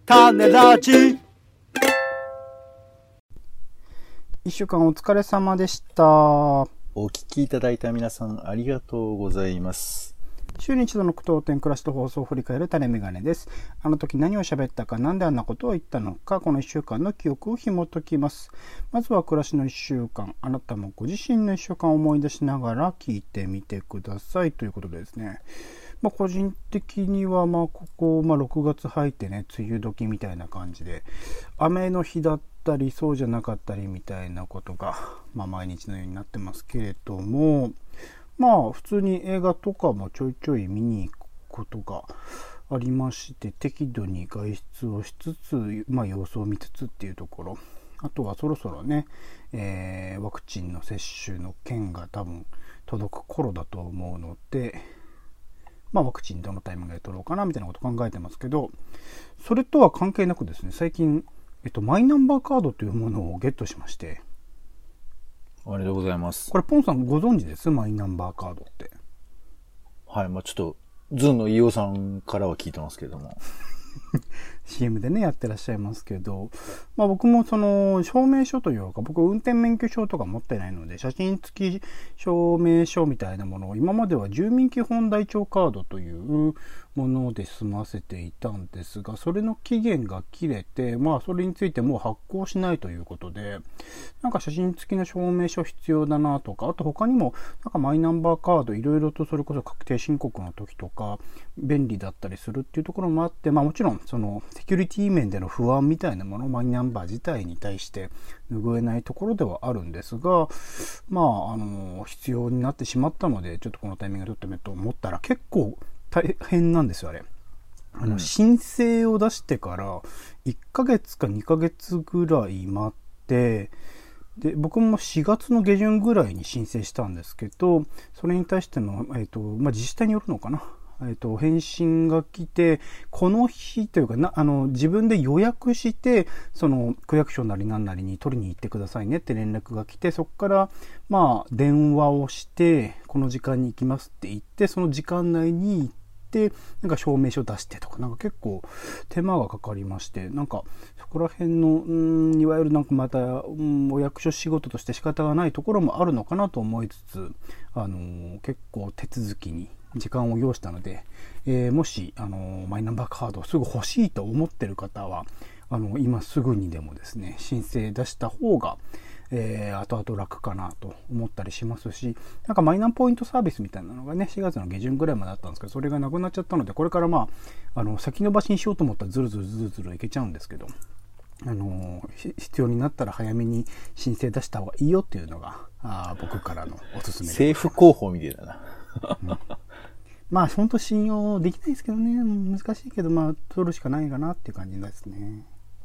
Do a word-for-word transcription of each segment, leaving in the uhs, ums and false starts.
種ラジ。 一週間お疲れ様でした。 お聞きいただいた皆さんありがとうございます。 週に一度の句読点、暮らしと放送を振り返る種メガネです。あの時何を喋ったか、なんであんなことを言ったのか、この一週間の記憶を紐解きます。まずは暮らしの一週間、あなたもご自身の一週間を思い出しながら聞いてみてくださいということでですね。まあ、個人的にはまあここ、まあ、ろくがつ入ってね、梅雨時みたいな感じで、雨の日だったりそうじゃなかったりみたいなことが、まあ、毎日のようになってますけれども、まあ普通に映画とかもちょいちょい見に行くことがありまして、適度に外出をしつつ、まあ様子を見つつっていうところ、あとはそろそろね、えー、ワクチンの接種の券が多分届く頃だと思うので、まあワクチンどのタイミングで取ろうかなみたいなこと考えてますけど、それとは関係なくですね、最近、えっと、マイナンバーカードというものをゲットしまして、 ありがとうございます。 これポンさんご存知です？マイナンバーカードって。 はい、まあちょっとズンの飯尾さんからは聞いてますけれどもシーエム でねやってらっしゃいますけど、まあ僕もその証明書というか、僕運転免許証とか持ってないので、写真付き証明書みたいなものを今までは住民基本台帳カードというもので済ませていたんですが、それの期限が切れて、まあそれについてもう発行しないということで、なんか写真付きの証明書必要だなとか、あと他にもなんかマイナンバーカードいろいろとそれこそ確定申告の時とか便利だったりするっていうところもあって、まあもちろんそのセキュリティ面での不安みたいなもの、マイナンバー自体に対して拭えないところではあるんですが、まああの必要になってしまったので、ちょっとこのタイミングで取ってみようと思ったら結構大変なんですよ、あれ。あの、うん、申請を出してからいっかげつかにかげつぐらい待って、で僕もしがつの下旬ぐらいに申請したんですけど、それに対しての、えーとまあ、自治体によるのかな、えーと、返信が来て、この日というかな、あの自分で予約してその区役所なりなんなりに取りに行ってくださいねって連絡が来て、そこからまあ電話をして、この時間に行きますって言って、その時間内に行ってでなんか証明書出してとか、なんか結構手間がかかりまして、なんかそこら辺のうーんいわゆるなんかまた、うん、お役所仕事として仕方がないところもあるのかなと思いつつ、あのー、結構手続きに時間を要したので、えー、もし、あのー、マイナンバーカードをすぐ欲しいと思ってる方は、あのー、今すぐにでもですね申請出した方がえー、後々楽かなと思ったりしますし、なんかマイナポイントサービスみたいなのがね、しがつの下旬ぐらいまであったんですけど、それがなくなっちゃったので、これからまあ、あの、先延ばしにしようと思ったらずるずるずるずるいけちゃうんですけど、あのー、必要になったら早めに申請出した方がいいよっていうのが、あ僕からのおすすめです。 政府広報みたいだな。 うん、まあ、本当信用できないですけどね、難しいけど、まあ、取るしかないかなっていう感じですね。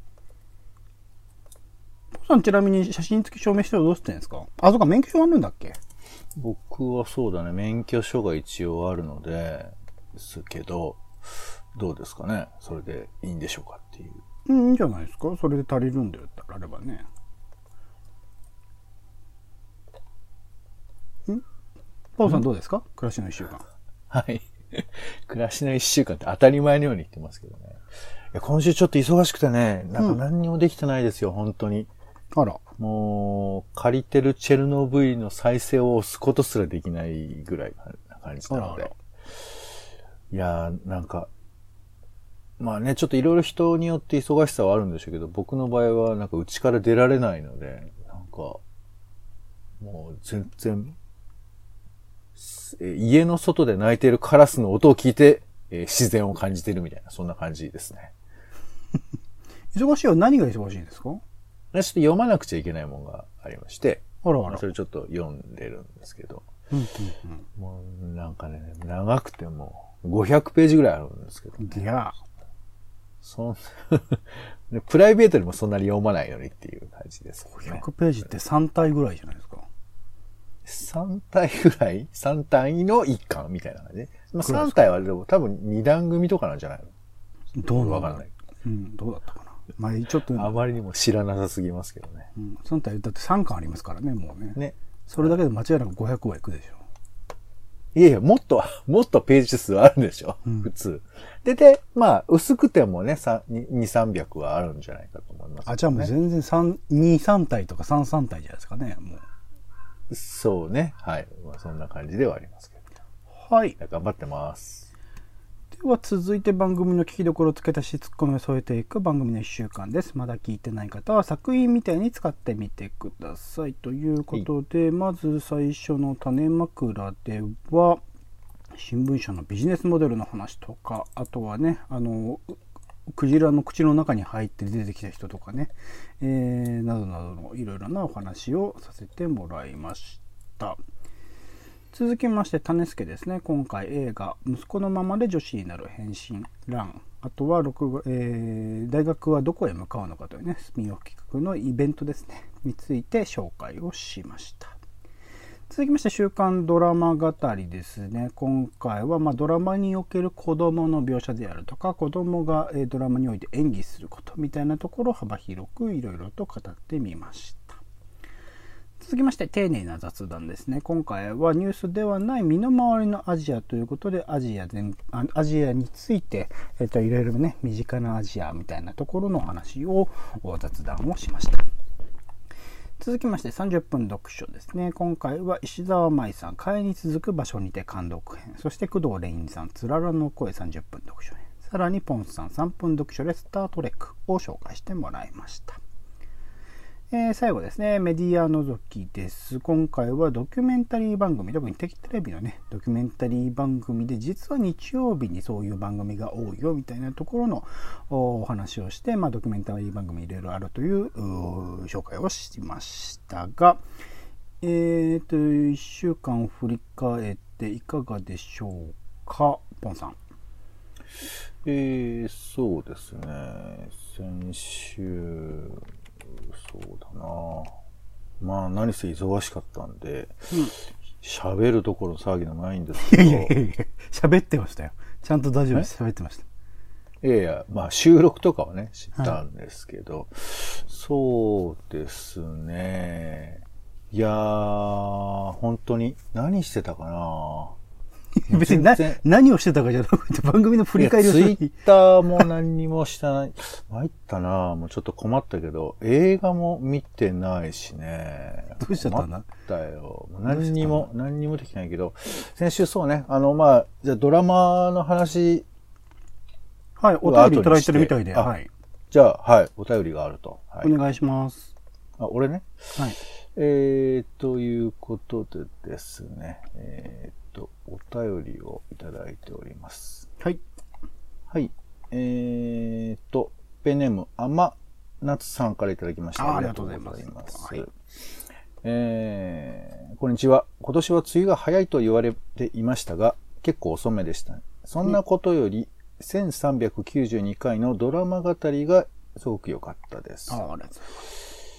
さんちなみに写真付き証明書はどうしてるんですか？あ、そうか、免許証あるんだっけ？ 僕はそうだね、免許証が一応あるので、ですけど、どうですかね？それでいいんでしょうかっていう。 うん、いいんじゃないですか？それで足りるんだよってあればね。ん？パオさんどうですか？暮らしの一週間。 はい。暮らしの一週間って当たり前のように言ってますけどね。いや、今週ちょっと忙しくてね、なんか何にもできてないですよ、うん、本当に。 あら。 もう、借りてるチェルノブイリの再生を押すことすらできないぐらいな感じなので。あらあら。いやー、なんか、まあね、ちょっといろいろ人によって忙しさはあるんでしょうけど、僕の場合はなんか家から出られないので、なんか、もう全然、家の外で鳴いているカラスの音を聞いて、えー、自然を感じているみたいな、そんな感じですね。 忙しいは何が忙しいんですか？ ちょっと読まなくちゃいけないものがありまして、 あらあら、 それちょっと読んでるんですけど、 うんうんうん、 もうなんかね、長くてもごひゃくページぐらいあるんですけど、ね、 いやそんプライベートでもそんなに読まないのにっていう感じです、ね。 ごひゃくページってさん体ぐらいじゃないですか。 さん体ぐらい ?さん 体のいっかんみたいな感じ、まあ、さん体はでも多分に段組とかなんじゃないの？ どうわかんない。 うん、どうだったかな。まあ、ちょっと。 あまりにも知らなさすぎますけどね。 うん。さん体だってさんかんありますからね、もうね。 ね。 それだけで間違いなくごひゃくはいくでしょいやいや、もっと、もっとページ数あるんでしょ、うん、普通。で、で、まあ、薄くてもね、に、さんびゃくはあるんじゃないかと思います、ね。 あ、じゃあもう全然さん、に、さん体とかさん、さん体じゃないですかね、もう。そうね。はい。まあ、そんな感じではありますけど。 はい。 頑張ってます。 では続いて番組の聞きどころをつけたしツッコミを添えていく番組のいっしゅうかんです。まだ聞いてない方は作品みたいに使ってみてくださいということで、まず最初の種枕では新聞社のビジネスモデルの話とか、あとはね、あのクジラの口の中に入って出てきた人とかね、えー、などなどのいろいろなお話をさせてもらいました。続きまして種助ですね。今回映画息子のままで女子になる変身ラン、あとは録画、えー、大学はどこへ向かうのかというねスピンオフ企画のイベントですねについて紹介をしました。続きまして週刊ドラマ語りですね。今回はまあドラマにおける子どもの描写であるとか、子どもがドラマにおいて演技することみたいなところを幅広くいろいろと語ってみました。続きまして丁寧な雑談ですね。今回はニュースではない身の回りのアジアということで、アジア全アジアについて、えっと、いろいろね身近なアジアみたいなところの話を雑談をしました。続きましてさんじゅっぷん読書ですね。今回は石澤舞さん、貝に続く場所にて監読編、そして工藤レインさん、つららの声さんじゅっぷん読書編、さらにポンさんさんぷん読書でスタートレックを紹介してもらいました。えー、最後ですね、メディアのぞきです。今回はドキュメンタリー番組、特にテレビのねドキュメンタリー番組で、実は日曜日にそういう番組が多いよみたいなところのお話をして、まあ、ドキュメンタリー番組いろいろあるという紹介をしましたが、えーといっしゅうかんを振り返っていかがでしょうか、ポンさん。 えー、そうですね、先週そうだな、まあ何せ忙しかったんで喋、うん、るところ騒ぎのないんですけど、いやいやいや喋ってましたよ、ちゃんと大丈夫です、喋ってました。 いやいや、まあ収録とかはね知ったんですけど、はい、そうですね、いやー本当に何してたかな。 別にな何をしてたかじゃなくて番組の振り返りをする。 ツイッターも何にもしてない。参ったな、もうちょっと困ったけど、映画も見てないしね。 どうしちゃったんだ？ 困ったよ。何にも、何にもできないけど、先週そうね、あの、まあ、じゃあドラマの話。 はい、お便りいただいてるみたいで。はい。 じゃあ、はい、お便りがあると。はい、 お願いします。 あ、俺ね。 はい。 えー、ということでですね、えーお便りをいただいております。 はい。 はい。えーと、ペンネーム、あまなつさんからいただきました。 あ, ありがとうございます。ますはい、えー、こんにちは。今年は梅雨が早いと言われていましたが、結構遅めでした。そんなことより、せんさんびゃくきゅうじゅうにかいのドラマ語りがすごく良かったです。 ああ、ありがとうございます。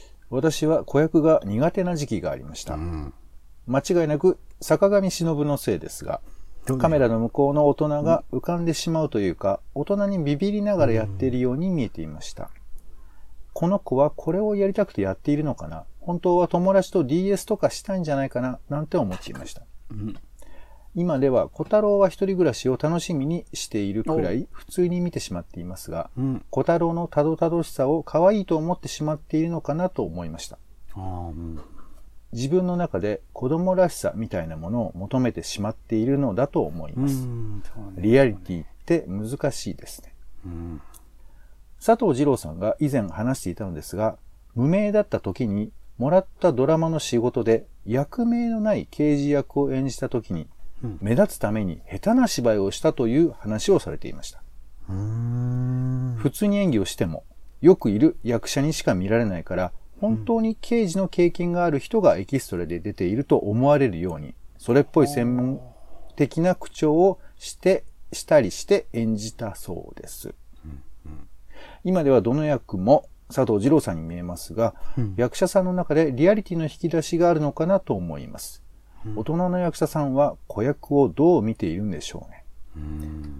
私は子役が苦手な時期がありました。うん、間違いなく坂上忍のせいですが、カメラの向こうの大人が浮かんでしまうというか、大人にビビりながらやっているように見えていました。この子はこれをやりたくてやっているのかな、本当は友達と ディーエス とかしたいんじゃないかな、なんて思っていました。うん、今では小太郎は一人暮らしを楽しみにしているくらい普通に見てしまっていますが、うん、小太郎のたどたどしさを可愛いと思ってしまっているのかなと思いました。あ、うん、自分の中で子供らしさみたいなものを求めてしまっているのだと思います。リアリティって難しいですね。うん、佐藤二朗さんが以前話していたのですが、無名だった時にもらったドラマの仕事で役名のない刑事役を演じた時に、うん、目立つために下手な芝居をしたという話をされていました。うーん、普通に演技をしてもよくいる役者にしか見られないから、本当に刑事の経験がある人がエキストラで出ていると思われるように、それっぽい専門的な口調をして、したりして演じたそうです。うんうん、今ではどの役も佐藤二朗さんに見えますが、うん、役者さんの中でリアリティの引き出しがあるのかなと思います。うん、大人の役者さんは子役をどう見ているんでしょうね。うん、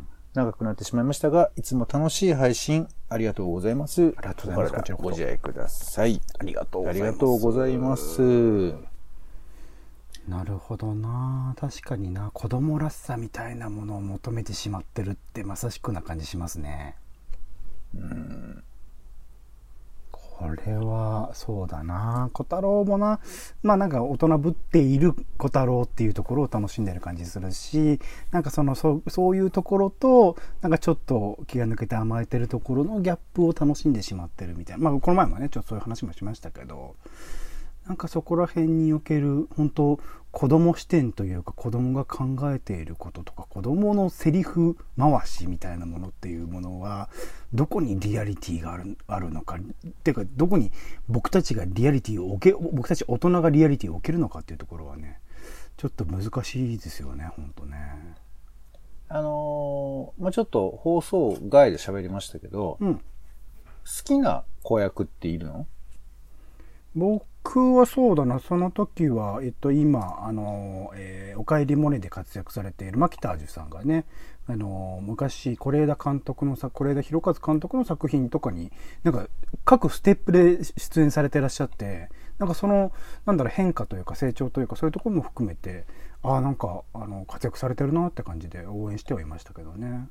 長くなってしまいましたが、いつも楽しい配信ありがとうございます。ありがとうございます。こちらご自愛ください。 ありがとうございます。 ありがとうございます。 なるほどな。確かにな、子供らしさみたいなものを求めてしまってるってまさしくな感じしますね。 うん。 これはそうだな。小太郎もな、まあなんか大人ぶっている小太郎っていうところを楽しんでる感じするし、なんかそのそそういうところとなんかちょっと気が抜けて甘えてるところのギャップを楽しんでしまってるみたいな。まあこの前もねちょっとそういう話もしましたけど、なんかそこら辺における本当子供視点というか、子供が考えていることとか、子供のセリフ回しみたいなものっていうものはどこにリアリティがある、あるのかっていうか、どこに僕たちがリアリティを置け、僕たち大人がリアリティを置けるのかっていうところはね、ちょっと難しいですよね、本当ね。 あのー、まあ、ちょっと放送外で喋りましたけど、うん、好きな子役っているの？ 僕はそうだな、その時は、えっと、今、あの、えー、おかえりモネで活躍されている牧田樹さんがね、あの、昔、是枝監督の、是枝裕和監督の作品とかに、なんか、各ステップで出演されていらっしゃって、なんかその、なんだろう、変化というか成長というか、そういうところも含めて、ああ、なんか、あの、活躍されてるなって感じで応援してはいましたけどね。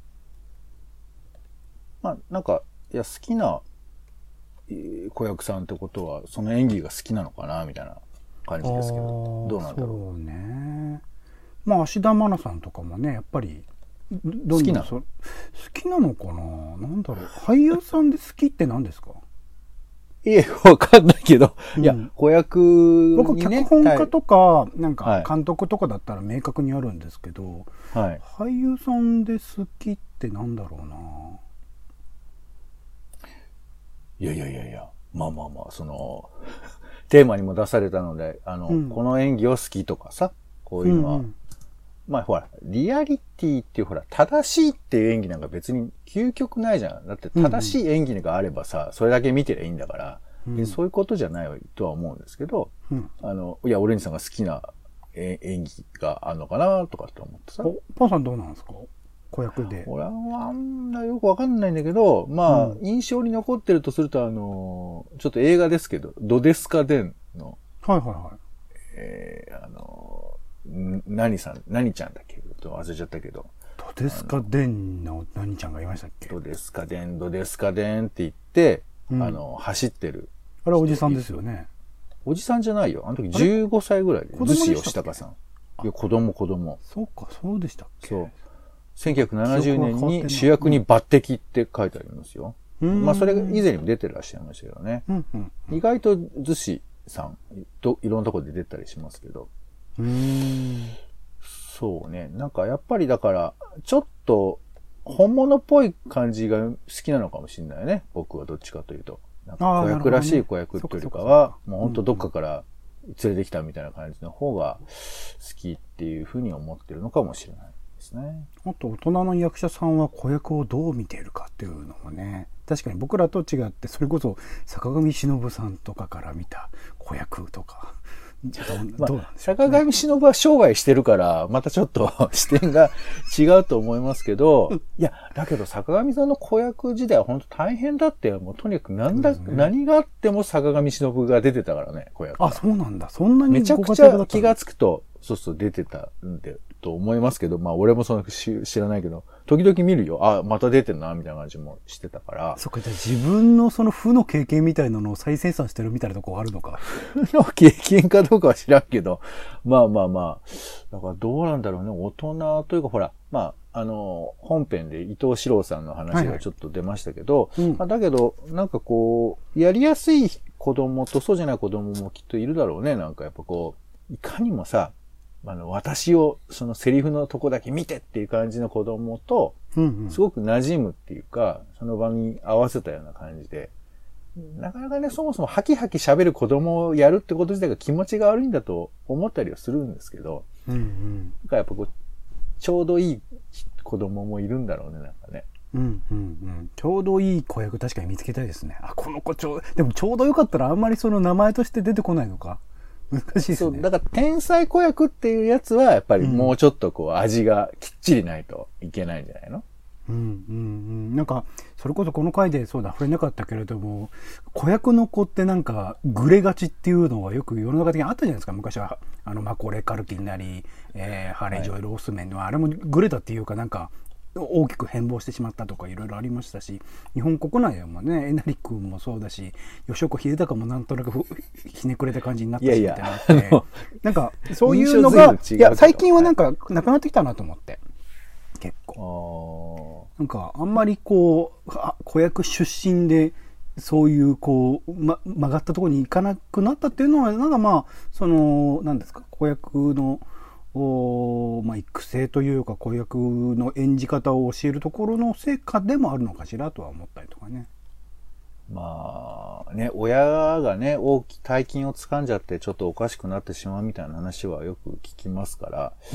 まあ、なんか、いや、好きな、子役さんってことはその演技が好きなのかなみたいな感じですけど、どうなんだろう。 そうね。まあ芦田愛菜さんとかもね、やっぱりど好きなの？ 好きなのかな。なんだろう、俳優さんで好きって何ですか？ いえ、わかんないけど、うん、いや子役に、ね、 僕脚本家とかなんか監督とかだったら明確にあるんですけど、はい、俳優さんで好きってなんだろうな。 いやいやいやいや、まあまあまあ、その、テーマにも出されたので、あの、うん、この演技を好きとかさ、こういうのは、うんうん、まあほら、リアリティっていうほら、正しいっていう演技なんか別に究極ないじゃん。だって正しい演技があればさ、うんうん、それだけ見てりゃいいんだから、うん、そういうことじゃないとは思うんですけど、うん、あの、いや、オレンジさんが好きな演技があるのかなとかって思ってさ。 パンさんどうなんですか？子役で。 俺はあんなよくわかんないんだけど、まあ、うん、印象に残ってるとすると、あの、ちょっと映画ですけど、ドデスカデンの、 はいはいはい。 えー、あの、何さん、何ちゃんだっけと忘れちゃったけど。 ドデスカデンの何ちゃんがいましたっけ？ ドデスカデン、ドデスカデンって言って、うん、あの、走ってる。 あれおじさんですよね。 おじさんじゃないよ。あの時じゅうごさいぐらいで。逗子吉高さん。いや、子供子供。 そうか、そうでしたっけ？ そう。せんきゅうひゃくななじゅうねんに主役に抜擢って書いてありますよ。うん、まあそれが以前にも出てらっしゃいましたけどね。うんうんうん、意外と逗子さんといろんなところで出たりしますけど。 うーん、 そうね。なんかやっぱりだからちょっと本物っぽい感じが好きなのかもしれないね。僕はどっちかというと。なんか子役らしい子役っていうよりかは、もう本当どっかから連れてきたみたいな感じの方が好きっていうふうに思ってるのかもしれない。ですね、 あと大人の役者さんは子役をどう見ているかっていうのもね、確かに僕らと違ってそれこそ坂上忍さんとかから見た子役とかまあ、坂上忍は商売してるからまたちょっと視点が違うと思いますけどいやだけど坂上さんの子役時代は本当大変だって、もうとにかくなんだ、ね、何があっても坂上忍が出てたからね、子役。 あ、そうなんだ。そんなにめちゃくちゃ気がつくとそうそう出てたんでと思いますけど、まあ俺もその知らないけど、時々見るよ。あ、また出てるなみたいな感じもしてたから。 そっか、じゃあ自分のその負の経験みたいなのを再生産してるみたいなとこあるのか。 負の経験かどうかは知らんけど、まあまあまあ、だからどうなんだろうね。大人というかほら、まああの本編で伊藤四郎さんの話がちょっと出ましたけど、はいはい、まあ、だけどなんかこうやりやすい子供とそうじゃない子供もきっといるだろうね。なんかやっぱこういかにもさ。あの、私を、そのセリフのとこだけ見てっていう感じの子供と、すごく馴染むっていうか、その場に合わせたような感じで、なかなかね、そもそもハキハキ喋る子供をやるってこと自体が気持ちが悪いんだと思ったりはするんですけど、うんうん、だからやっぱこう、ちょうどいい子供もいるんだろうね、なんかね。 うんうんうん。ちょうどいい子役確かに見つけたいですね。あ、この子ちょう、でもちょうどよかったらあんまりその名前として出てこないのか。難しいですね。そう、 だから天才子役っていうやつはやっぱりもうちょっとこう味がきっちりないといけないんじゃないの？ ううんうんうん、なんかそれこそこの回でそうだ触れなかったけれども、子役の子ってなんかグレがちっていうのはよく世の中的にあったじゃないですか。昔はあのマコーレー・カルキンなり、えー、ハーレー・ジョエル・オスメンの、はい、あれもグレだっていうかなんか大きく変貌してしまったとかいろいろありましたし、日本国内でもねえなり君もそうだし、吉岡秀隆もなんとなくひねくれた感じになってしまってなって、いやいやなんかそういうのがいや最近はなんかなくなってきたなと思って、結構なんかあんまりこう子役出身でそういうこう、ま、曲がったところに行かなくなったっていうのはなんかまあその何ですか、子役のお、まあ、育成というか子役の演じ方を教えるところの成果でもあるのかしらとは思ったりとかね。 まあね、親がね大きい大金を掴んじゃってちょっとおかしくなってしまうみたいな話はよく聞きますから、うん、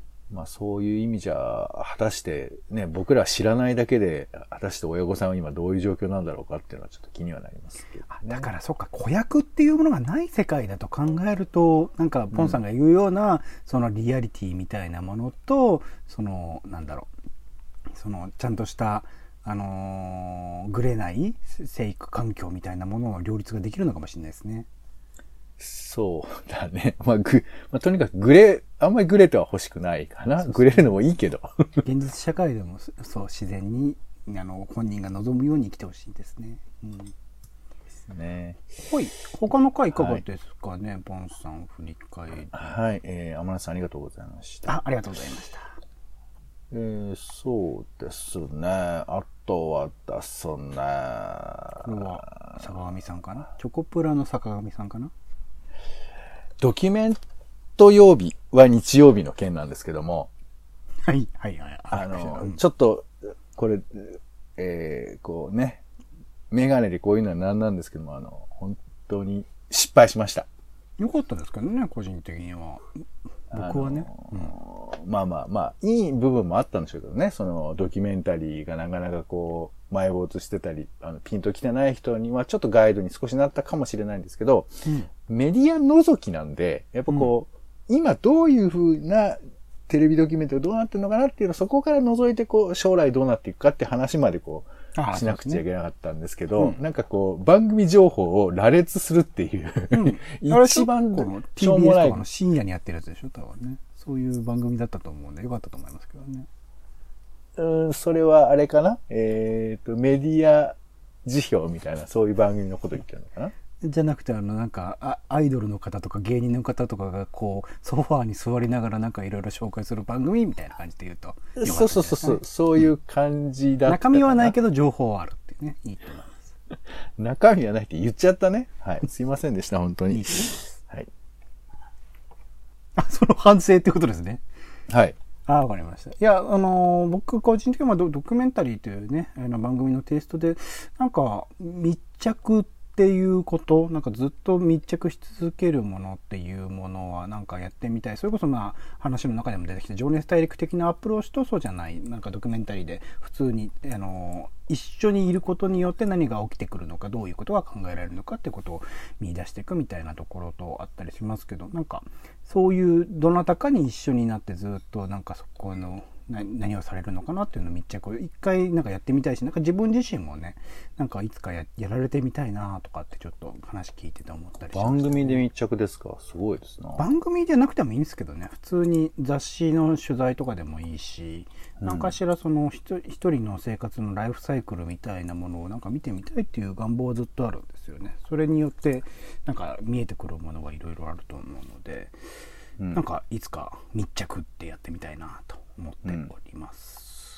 まあそういう意味じゃ果たしてね僕ら知らないだけで果たして親御さんは今どういう状況なんだろうかっていうのはちょっと気にはなりますけど、ね、 だからそっか、子役っていうものがない世界だと考えるとなんかポンさんが言うような、うん、そのリアリティみたいなものとそのなんだろう、そのちゃんとしたあのー、グレない生育環境みたいなものの両立ができるのかもしれないですね。 そうだね。まあ、ぐ、まあ、とにかくグレ、あんまりグレては欲しくないかな。そうそう、グレるのもいいけど。 現実社会でもそう自然にあの本人が望むように生きてほしいですね。うん、ですね。 はい。他の回いかがですかね、はい、ポンさん振り返り。 はい。えー、天野さんありがとうございました。 あ、ありがとうございました。 えー、そうですね。あとはですね。これは坂上さんかな。チョコプラの坂上さんかな。 ドキュメント曜日は日曜日の件なんですけども。 はいはいはい。 あの、うん、ちょっと、これ、えー、こうね、メガネでこういうのはなんなんですけども、あの、本当に失敗しました。 よかったですけどね、個人的には。僕はね、 あのーうん。まあまあまあ、いい部分もあったんでしょうけどね、そのドキュメンタリーがなかなかこう、埋没してたり、あのピンと来てない人にはちょっとガイドに少しなったかもしれないんですけど、うん、メディア覗きなんで、やっぱこう、うん、今どういう風なテレビドキュメントがどうなってるのかなっていうのをそこから覗いてこう、将来どうなっていくかって話までこう、しなくちゃいけなかったんですけど、ねうん、なんかこう、番組情報を羅列するっていう、うん、一番しょうもない。ティービーエス とかの深夜にやってるやつでしょ、多分ね。そういう番組だったと思うんで、よかったと思いますけどね。 うん、それはあれかなえっと、メディア辞表みたいな、そういう番組のこと言ってるのかなじゃなくて、あの、なんかあ、アイドルの方とか芸人の方とかが、こう、ソファーに座りながらなんかいろいろ紹介する番組みたいな感じで言うと、ね。 そうそうそうそう、そういう感じだった、うん。 中身はないけど情報はあるっていうね、いいと思います。 中身はないって言っちゃったね。はい。すいませんでした、本当に。いいはい。 あ、その反省ってことですね。 はい。 あ、わかりました。いや、あのー、僕個人的にはド、ドキュメンタリーというね、あの番組のテイストで、なんか密着っていうこと、なんかずっと密着し続けるものっていうものはなんかやってみたい。それこそまあ話の中でも出てきた情熱大陸的なアプローチとそうじゃない、なんかドキュメンタリーで普通に、あのー、一緒にいることによって何が起きてくるのか、どういうことが考えられるのかってことを見出していくみたいなところとあったりしますけど、なんかそういうどなたかに一緒になってずっとなんかそこの何をされるのかなっていうのを密着を一回なんかやってみたいし、なんか自分自身もね、なんかいつか や, やられてみたいなとかってちょっと話聞いてて思ったりしました、ね。 番組で密着ですか？すごいですな。 番組じゃなくてもいいんですけどね、普通に雑誌の取材とかでもいいし、うん、何かしらその一人の生活のライフサイクルみたいなものをなんか見てみたいっていう願望はずっとあるんですよね。それによってなんか見えてくるものはいろいろあると思うので、うん、なんかいつか密着ってやってみたいなと思っております。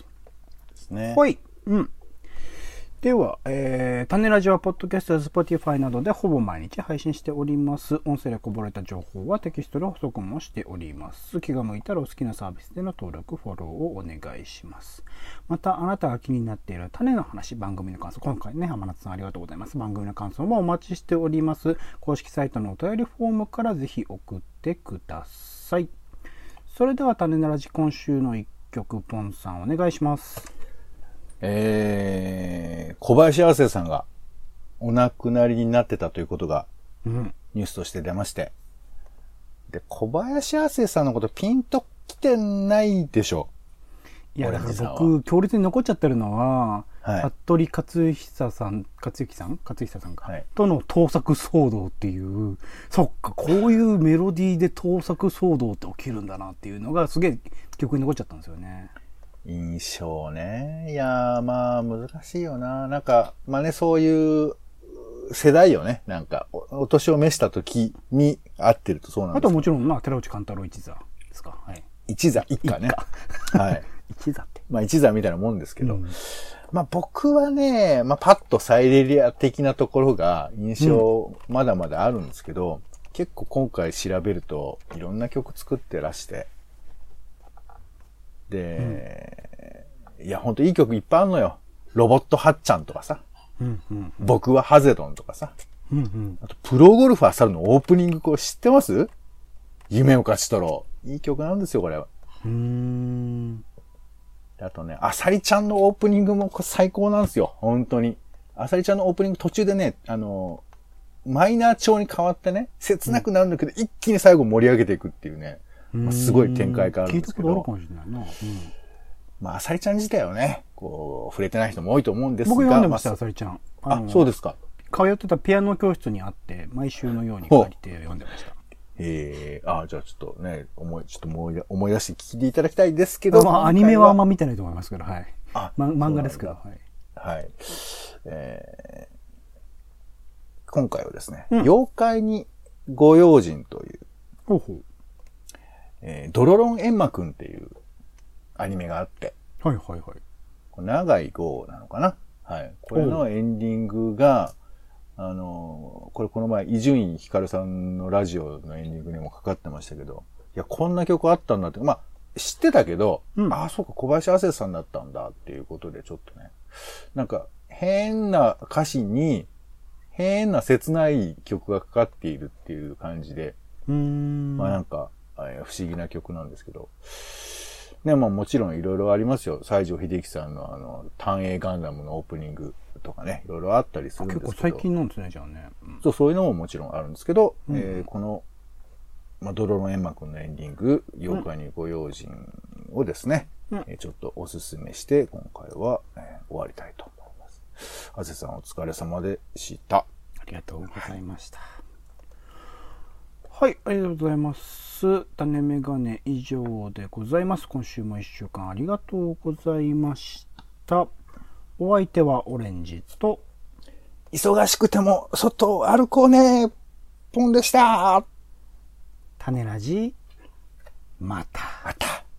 うん、ですね。 はい。うん。では、えー、種ラジオはポッドキャストや Spotify などでほぼ毎日配信しております。音声でこぼれた情報はテキストで補足もしております。気が向いたらお好きなサービスでの登録、フォローをお願いします。また、あなたが気になっている種の話、番組の感想、今回ね、天夏さんありがとうございます。番組の感想もお待ちしております。公式サイトのお便りフォームからぜひ送ってください。それでは種ラジ今週の一曲、ポンさんお願いします。 えー、小林亜生さんがお亡くなりになってたということがニュースとして出まして、で小林亜生さんのことピンときてないでしょ。 いいや、だから僕、強烈に残っちゃってるのは、はい、服部克久さん、克之さん克久さんか、はい、との盗作騒動っていう、そっか、こういうメロディーで盗作騒動って起きるんだなっていうのが、すげえ記憶に残っちゃったんですよね。 印象ね。いやー、まあ、難しいよな。なんか、まあね、そういう世代よね。なんか、お, お年を召した時に合ってるとそうなんです。 あとはもちろん、まあ、寺内貫太郎一座ですか。はい。 一座、一家ね。はい。 一座って。 まあ、一座みたいなもんですけど。うん、まあ、僕はね、まあ、パッとサイレリア的なところが印象まだまだあるんですけど、うん、結構今回調べると、いろんな曲作ってらして、で、うん、いや、ほんといい曲いっぱいあるのよ。ロボットハッちゃんとかさ。 うんうんうん、 僕はハゼドンとかさ。 うんうん、 あと、プロゴルファー猿のオープニングこれ知ってます？夢を勝ち取ろう。いい曲なんですよ、これは。 うーん。 あとね、アサリちゃんのオープニングも最高なんですよ。本当に。アサリちゃんのオープニング途中でね、あの、マイナー調に変わってね、切なくなるんだけど、うん、一気に最後盛り上げていくっていうね。まあ、すごい展開があるんですけど。 聞いたことあるかもしれないな。うん、 まあ、アサリちゃん自体はね、こう、触れてない人も多いと思うんですが。 僕読んでました、アサリちゃん。 あ、そうですか。 通ってたピアノ教室にあって、毎週のように借りて読んでました。 ええー、あ、じゃあちょっとね、思い、ちょっと思い、思い出して聞いていただきたいですけど。 まあ、アニメはあんま見てないと思いますけど、はい。あ、ま、漫画ですけど、はい。 はい。えー、今回はですね、うん、妖怪にご用心という、 ほうほう。 えー、ドロロンエンマくんっていうアニメがあって。 はいはいはい。 長い号なのかな。はい。これのエンディングが、あの、これこの前、伊集院光さんのラジオのエンディングにもかかってましたけど、いや、こんな曲あったんだって、まあ、知ってたけど、うん、ああ、そうか、小林亜生さんだったんだっていうことで、ちょっとね、なんか、変な歌詞に、変な切ない曲がかかっているっていう感じで、 うーんまあなんか、不思議な曲なんですけど、ね、まあもちろんいろいろありますよ。西城秀樹さんのあの、単影ガンダムのオープニングとかね、いろいろあったりするんですけど。 結構最近なんですね、じゃあね。 うん、そう、そういうのももちろんあるんですけど、うん、えー、この、まあ、ドロロンエンマくんのエンディング、妖怪にご用心をですね、うん、えー、ちょっとおすすめして、今回は、えー、終わりたいと思います。あぜさんお疲れ様でした。 ありがとうございました。はい、ありがとうございます。種メガネ以上でございます。今週も一週間ありがとうございました。お相手はオレンジと、 忙しくても外歩こうね、ポンでした。 種ラジ、また。 また。